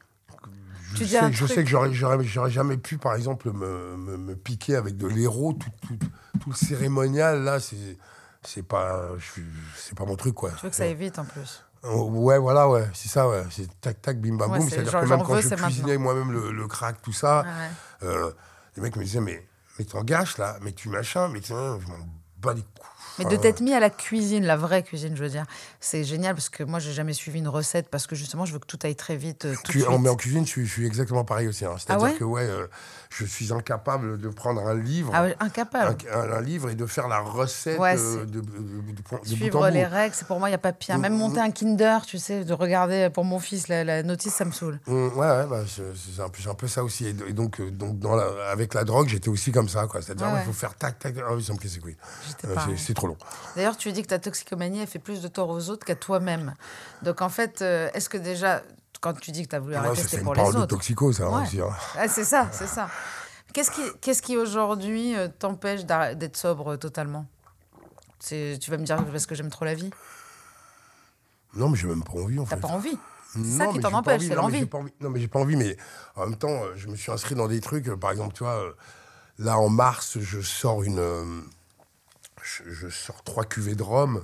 Je sais que j'aurais jamais pu, par exemple, me piquer avec de l'héros, tout le cérémonial là, c'est pas mon truc, quoi. Je veux que ça aille vite en plus. Ouais, voilà, ouais, c'est ça, ouais. C'est tac, tac, bim, bam, boum. C'est-à-dire que même quand je cuisinais moi-même le crack, tout ça, les mecs me disaient, mais t'en gâches, là, mais tu machin, mais je m'en bats les couilles. Mais de t'être mis à la cuisine, la vraie cuisine, je veux dire, c'est génial parce que moi, j'ai jamais suivi une recette parce que justement, je veux que tout aille très vite, tout de suite. Mais en cuisine, je suis exactement pareil aussi. Hein. C'est-à-dire que je suis incapable de prendre un livre. Ah ouais, incapable. Un livre et de faire la recette de suivre les règles, c'est pour moi, il n'y a pas pire. Même monter un Kinder, tu sais, de regarder pour mon fils la notice, ça me saoule. C'est un peu ça aussi. Et donc avec la drogue, j'étais aussi comme ça, quoi. C'est-à-dire, il faut faire tac, tac. Ah oui, ça me casse les couilles. C'est trop long. D'ailleurs, tu dis que ta toxicomanie, elle fait plus de tort aux autres qu'à toi-même. Donc, en fait, est-ce que déjà, quand tu dis que tu as voulu arrêter, c'était pour les autres? C'est une parole de toxico, ça, aussi. Hein. Ah, c'est ça. Qu'est-ce qui aujourd'hui, t'empêche d'être sobre totalement? Tu vas me dire parce que j'aime trop la vie? Non, mais j'ai même pas envie, en fait. T'as pas envie? C'est ça qui t'en empêche, c'est l'envie. Non, mais j'ai pas envie, mais en même temps, je me suis inscrit dans des trucs. Par exemple, tu vois, là, en mars, je sors 3 cuvées de rhum.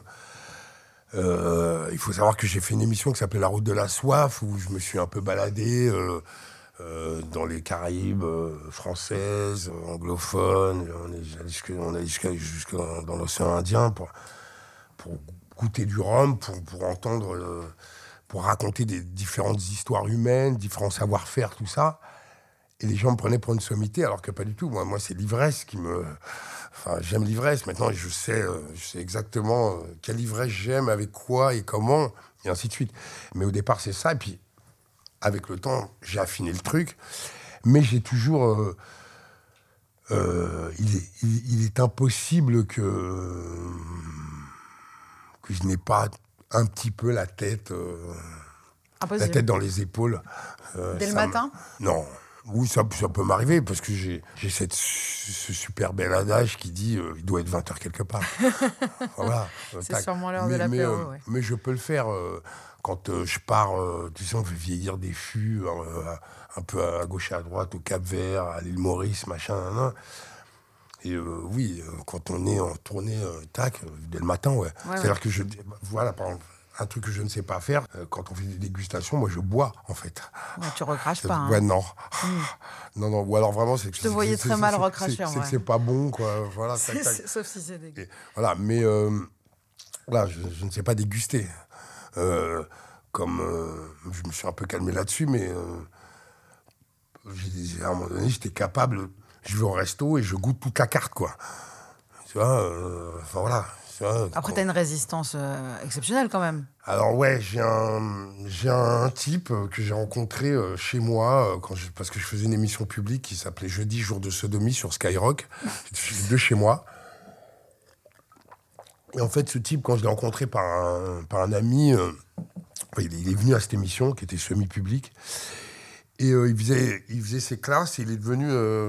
Il faut savoir que j'ai fait une émission qui s'appelait La Route de la Soif, où je me suis un peu baladé dans les Caraïbes françaises, anglophones. On est jusqu'à dans l'océan Indien pour goûter du rhum, pour entendre, pour raconter des différentes histoires humaines, différents savoir-faire, tout ça. Et les gens me prenaient pour une sommité, alors que pas du tout. Moi, c'est l'ivresse qui me... Enfin, j'aime l'ivresse. Maintenant, je sais exactement quelle ivresse j'aime, avec quoi et comment, et ainsi de suite. Mais au départ, c'est ça. Et puis, avec le temps, j'ai affiné le truc. Mais j'ai toujours... il est impossible que je n'ai pas un petit peu la tête dans les épaules. Dès le matin? Non. Oui, ça peut m'arriver, parce que j'ai ce super bel adage qui dit il doit être 20h quelque part. Voilà. C'est sûrement l'heure de l'apéro. Mais je peux le faire quand je pars, tu sais, on fait vieillir des fûts un peu à gauche et à droite, au Cap-Vert, à l'île Maurice, machin. Et oui, quand on est en tournée, dès le matin, C'est-à-dire que voilà, par exemple, un truc que je ne sais pas faire, quand on fait des dégustations, moi je bois en fait. Ouais, tu recraches pas. Hein. Ouais, non. Non, ou alors vraiment, c'est que je te voyais très mal recracher. C'est que c'est pas bon, quoi. Voilà, sauf si c'est dégueu. Voilà, mais là, je ne sais pas déguster. Comme je me suis un peu calmé là-dessus, mais à un moment donné, j'étais capable. Je vais au resto et je goûte toute la carte, quoi. Tu vois, enfin voilà. Après, t'as une résistance exceptionnelle quand même. Alors ouais, j'ai un type que j'ai rencontré chez moi parce que je faisais une émission publique qui s'appelait Jeudi, jour de sodomie sur Skyrock, de chez moi. Et en fait, ce type, quand je l'ai rencontré par un ami, il est venu à cette émission qui était semi-publique. Et il faisait ses classes et il est devenu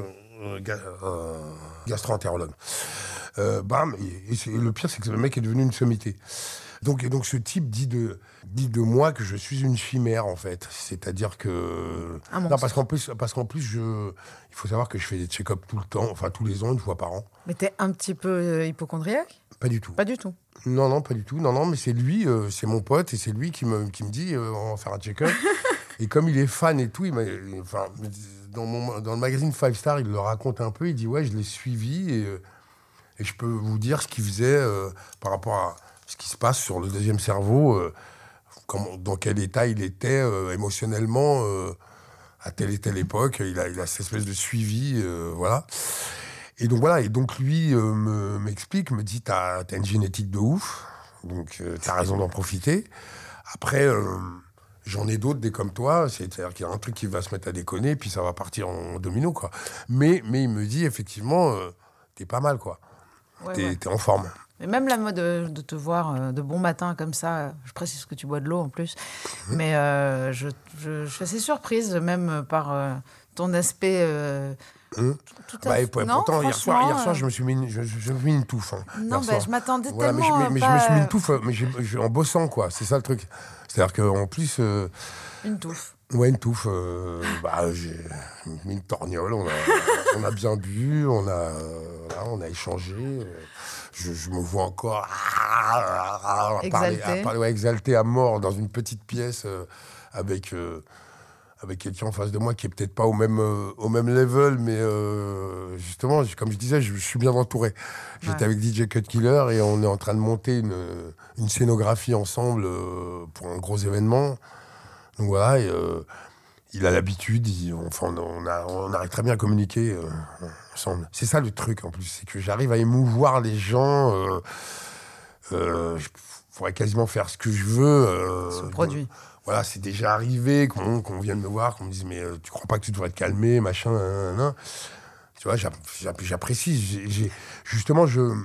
gastro-entérologue. Bam, et le pire, c'est que le mec est devenu une sommité. Donc ce type dit de moi que je suis une chimère, en fait. C'est-à-dire que... Non, parce qu'en plus, il faut savoir que je fais des check-up tout le temps, enfin tous les ans, une fois par an. Mais t'es un petit peu hypocondriaque ? Pas du tout. Pas du tout. Non, pas du tout. Non, mais c'est lui, c'est mon pote, et c'est lui qui me dit on va faire un check-up. Et comme il est fan et tout, dans le magazine Five Star, il le raconte un peu. Il dit ouais, je l'ai suivi et je peux vous dire ce qu'il faisait par rapport à ce qui se passe sur le deuxième cerveau, dans quel état il était émotionnellement à telle et telle époque. Il a cette espèce de suivi, voilà. Et donc lui m'explique, me dit t'as une génétique de ouf, donc t'as raison d'en profiter. Après, j'en ai d'autres des comme toi, c'est-à-dire qu'il y a un truc qui va se mettre à déconner, puis ça va partir en domino, quoi. Mais il me dit effectivement, t'es pas mal, quoi. Ouais, t'es en forme. Mais même la mode de te voir de bon matin comme ça, je précise que tu bois de l'eau en plus, mais je suis assez surprise même par ton aspect. Tout à fait. Pourtant, hier soir, je me suis mis une touffe. Non, je m'attendais tellement. Mais je me suis mis une touffe, en bossant, quoi. C'est ça le truc. C'est-à-dire qu'en plus. Une touffe. Ouais, une touffe. J'ai mis une torgnole. On a bien bu, on a échangé. Je me vois encore exalté à mort dans une petite pièce avec quelqu'un en face de moi qui est peut-être pas au même level, mais justement, comme je disais, je suis bien entouré. J'étais avec DJ Cut Killer et on est en train de monter une scénographie ensemble pour un gros événement. Donc voilà, et, il a l'habitude, on arrive très bien à communiquer ensemble. C'est ça le truc en plus, c'est que j'arrive à émouvoir les gens. Je pourrais quasiment faire ce que je veux. Ce produit. Voilà, c'est déjà arrivé qu'on vienne me voir, qu'on me dise mais tu crois pas que tu devrais te calmer, machin, nan. Tu vois, j'apprécie. Justement,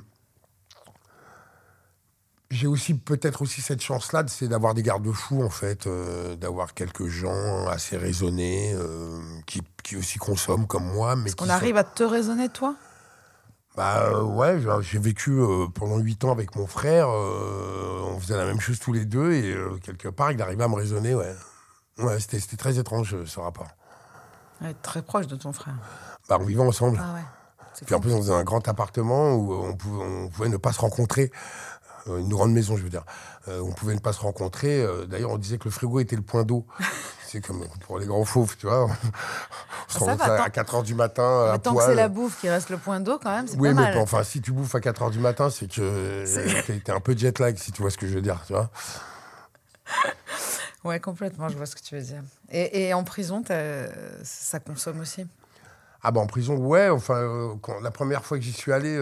j'ai aussi peut-être aussi cette chance-là, c'est d'avoir des garde-fous en fait, d'avoir quelques gens assez raisonnés qui aussi consomment comme moi. Mais est-ce qu'on arrive à te raisonner, toi ? Ouais, j'ai vécu pendant 8 ans avec mon frère, on faisait la même chose tous les deux et quelque part il arrivait à me raisonner, ouais. Ouais, c'était très étrange ce rapport. Ouais, très proche de ton frère. On vivait ensemble. Ah ouais. Puis en plus on faisait un grand appartement où on pouvait ne pas se rencontrer. Une grande maison, je veux dire. On pouvait ne pas se rencontrer. D'ailleurs, on disait que le frigo était le point d'eau. C'est comme pour les grands fauves, tu vois. On se rencontrait à 4h du matin. Mais tant que c'est la bouffe qui reste le point d'eau, quand même, c'est pas mal. Oui, mais enfin, si tu bouffes à 4h du matin, c'est que t'es un peu jet lag, si tu vois ce que je veux dire, tu vois. Ouais, complètement, je vois ce que tu veux dire. Et en prison, ça consomme aussi ? En prison, ouais. Enfin, la première fois que j'y suis allé...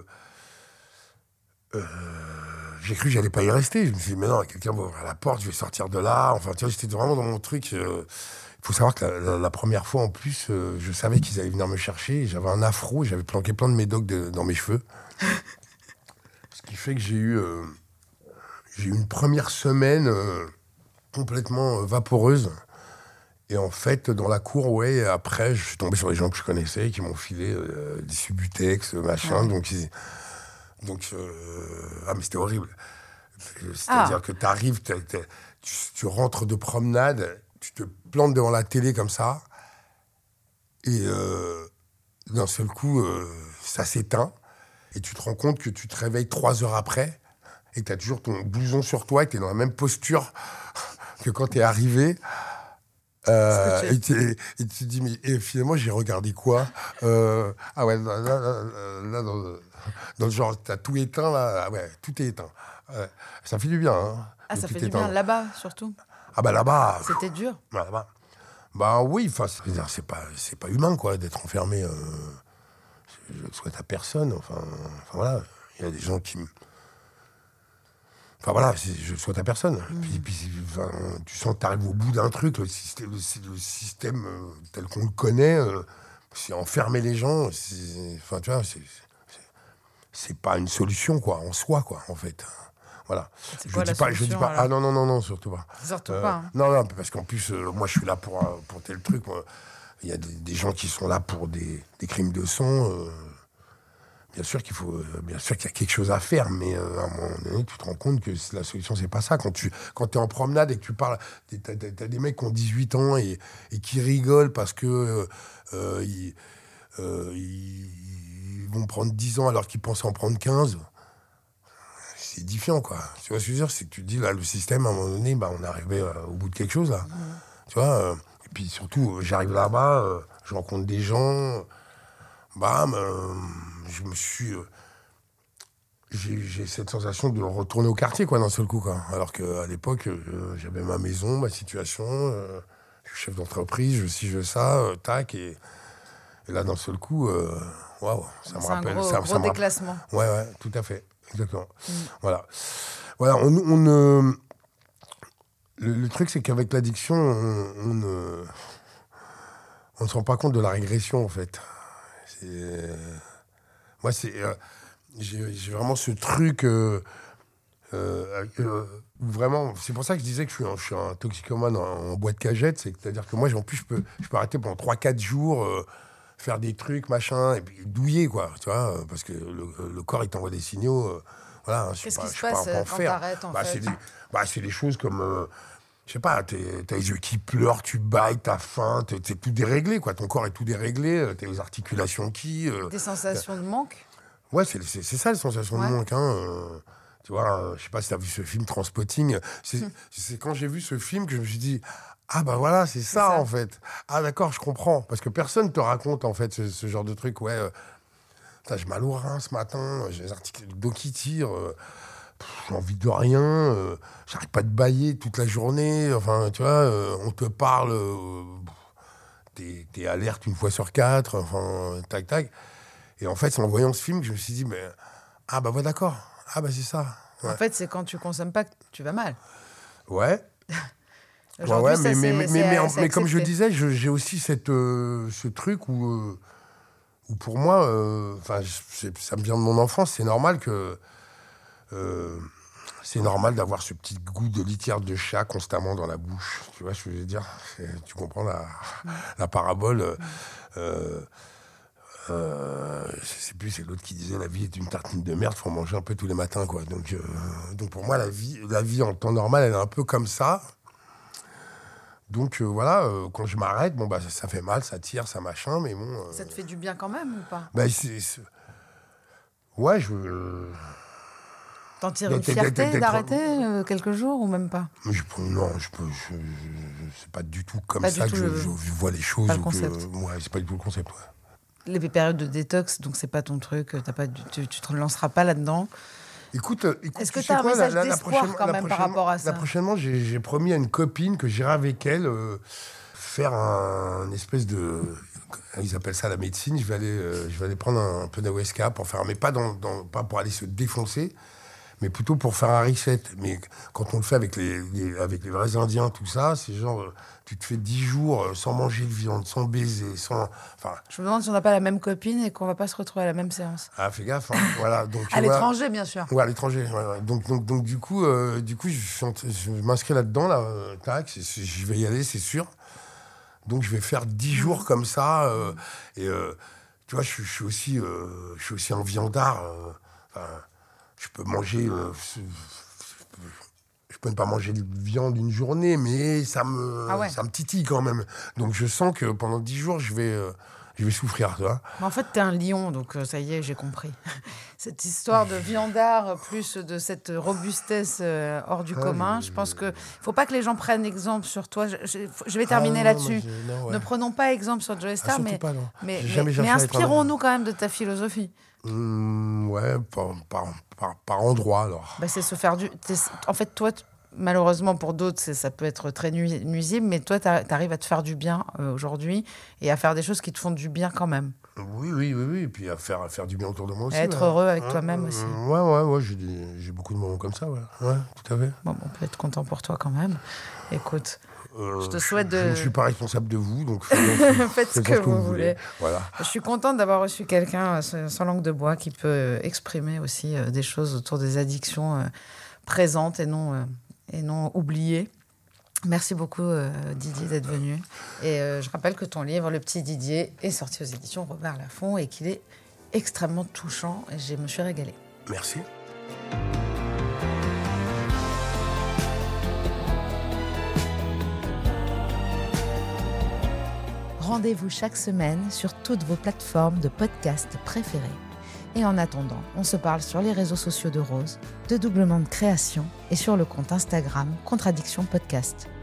j'ai cru que j'allais pas y rester. Je me suis dit, mais non, quelqu'un va ouvrir la porte, je vais sortir de là. Enfin, tu vois, j'étais vraiment dans mon truc. Il faut savoir que la première fois, en plus, je savais qu'ils allaient venir me chercher. J'avais un afro, j'avais planqué plein de médocs dans mes cheveux. Ce qui fait que j'ai eu une première semaine complètement vaporeuse. Et en fait, dans la cour, ouais, après, je suis tombé sur des gens que je connaissais, qui m'ont filé des Subutex, machin. Ouais. Donc, mais c'était horrible. C'est-à-dire que t'arrives, tu rentres de promenade, tu te plantes devant la télé comme ça, et d'un seul coup, ça s'éteint, et tu te rends compte que tu te réveilles 3 heures après, et t'as toujours ton blouson sur toi, et t'es dans la même posture que quand t'es arrivé. Et tu te dis, mais finalement, j'ai regardé quoi ah ouais, là dans le genre, t'as tout éteint, là. Ouais, tout est éteint. Ça fait du bien, hein. Ah, ça fait du bien, là-bas, surtout. Là-bas... C'était dur. Là-bas. Oui, c'est pas humain, quoi, d'être enfermé. Je le souhaite à personne. Enfin, voilà. Il y a des gens qui... Enfin, voilà, je le souhaite à personne. Puis tu sens que t'arrives au bout d'un truc. Le système tel qu'on le connaît, c'est enfermer les gens. Enfin, tu vois, c'est pas une solution, quoi, en soi, quoi, en fait. Voilà. C'est quoi la solution, je dis pas. alors ? Ah non, surtout pas. Surtout pas. Hein. Non, parce qu'en plus, moi, je suis là pour tel truc. Il y a des gens qui sont là pour des crimes de sang. Bien sûr qu'il y a quelque chose à faire, mais à un moment donné, tu te rends compte que la solution, c'est pas ça. Quand tu es en promenade et que tu parles, t'as des mecs qui ont 18 ans et qui rigolent parce que ils vont prendre 10 ans alors qu'ils pensaient en prendre 15. C'est édifiant, quoi. Tu vois ce que je veux dire ? C'est que tu te dis, là, le système, à un moment donné, on est arrivé au bout de quelque chose, là. Tu vois et puis surtout, j'arrive là-bas, je rencontre des gens, je me suis... j'ai cette sensation de retourner au quartier, quoi, d'un seul coup, quoi. Alors qu'à l'époque, j'avais ma maison, ma situation, je suis chef d'entreprise, je veux ça, tac, et là, d'un seul coup, waouh, ça me rappelle... C'est un gros déclassement. Ouais, tout à fait. Exactement. Voilà, le truc, c'est qu'avec l'addiction, on ne se rend pas compte de la régression, en fait. Moi, j'ai vraiment ce truc vraiment... C'est pour ça que je disais que je suis un toxicomane en boîte cagette. C'est-à-dire que moi, en plus, je peux arrêter pendant 3-4 jours... faire des trucs, machin, et puis douiller, quoi, tu vois, parce que le corps, il t'envoie des signaux, voilà. Qu'est-ce qui se passe quand t'arrêtes, en fait ? C'est des choses comme, je sais pas, t'as les yeux qui pleurent, tu bailles, t'as faim, t'es tout déréglé, quoi, ton corps est tout déréglé, t'as les articulations qui... Des sensations de manque ? Ouais, c'est ça, les sensations de manque, hein. Tu vois, je sais pas si t'as vu ce film Transpotting, c'est quand j'ai vu ce film que je me suis dit... Ah bah voilà, c'est ça en fait. Ah d'accord, je comprends. Parce que personne te raconte en fait ce genre de truc. Ouais, j'ai mal au rein ce matin, j'ai les articulations de dos qui tirent, j'ai envie de rien, j'arrête pas de bâiller toute la journée. Enfin, tu vois, on te parle, t'es alerte 1 fois sur 4, enfin, tac. Et en fait, c'est en voyant ce film que je me suis dit, mais ah bah ouais, d'accord, ah bah c'est ça. Ouais. En fait, c'est quand tu consommes pas que tu vas mal. Ouais. Ouais, mais comme je disais, j'ai aussi ce truc où pour moi, ça me vient de mon enfance, c'est normal d'avoir ce petit goût de litière de chat constamment dans la bouche. Tu vois ce que je veux dire ? Tu comprends la parabole je sais plus, c'est l'autre qui disait la vie est une tartine de merde, faut manger un peu tous les matins, quoi. Donc pour moi, la vie en temps normal, elle est un peu comme ça. Donc voilà, quand je m'arrête, ça fait mal, ça tire, ça machin, mais bon... Ça te fait du bien quand même ou pas ? Ouais, T'en tires une fierté d'arrêter quelques jours ou même pas ? c'est pas du tout comme ça que je vois les choses. Pas le concept. C'est pas du tout le concept, ouais. Les périodes de détox, donc c'est pas ton truc, tu te lanceras pas là-dedans. Écoute, est-ce que tu as un message d'espoir quand même par rapport à ça ? Prochainement, j'ai promis à une copine que j'irai avec elle faire un espèce de... Ils appellent ça la médecine. Je vais aller prendre un peu d'ayahuasca pour faire... Mais pas pour aller se défoncer, mais plutôt pour faire un reset. Mais quand on le fait avec les vrais Indiens, tout ça, c'est genre... tu te fais 10 jours sans manger de viande, sans baiser, sans... Enfin... Je me demande si on n'a pas la même copine et qu'on va pas se retrouver à la même séance. Ah, fais gaffe, hein. Voilà. Donc, à l'étranger, bien sûr. Ouais, à l'étranger. Ouais. Donc du coup, je m'inscris là-dedans, là, tac, je vais y aller, c'est sûr. Donc je vais faire 10 jours comme ça. Tu vois, je suis aussi un viandard. Je peux manger... je peux ne pas manger de viande une journée, mais ça me titille quand même. Donc je sens que pendant 10 jours, je vais souffrir, tu vois. Mais en fait, t'es un lion, donc ça y est, j'ai compris. Cette histoire de viandard, plus de cette robustesse hors du commun, je pense qu'il ne faut pas que les gens prennent exemple sur toi. Je vais terminer là-dessus. Ne prenons pas exemple sur Joey Starr, mais inspirons-nous quand même de ta philosophie. Ouais, par endroit, alors. C'est se faire du... En fait, toi... Malheureusement, pour d'autres, ça peut être très nuisible, mais toi, tu arrives à te faire du bien aujourd'hui et à faire des choses qui te font du bien quand même. Oui, et puis à faire du bien autour de moi aussi. À être heureux avec toi-même aussi. Ouais, j'ai beaucoup de moments comme ça, ouais, tout à fait. Bon, on peut être content pour toi quand même. Écoute, Je te souhaite Je ne suis pas responsable de vous, donc faites ce que vous voulez. Voilà. Je suis contente d'avoir reçu quelqu'un sans langue de bois qui peut exprimer aussi des choses autour des addictions présentes et non oubliées. Merci beaucoup Didier d'être venu. Et je rappelle que ton livre, Le Petit Didier, est sorti aux éditions Robert Laffont et qu'il est extrêmement touchant et je me suis régalée. Merci. Rendez-vous chaque semaine sur toutes vos plateformes de podcast préférées. Et en attendant, on se parle sur les réseaux sociaux de Rose, de Doublement de Création et sur le compte Instagram Contradiction Podcast.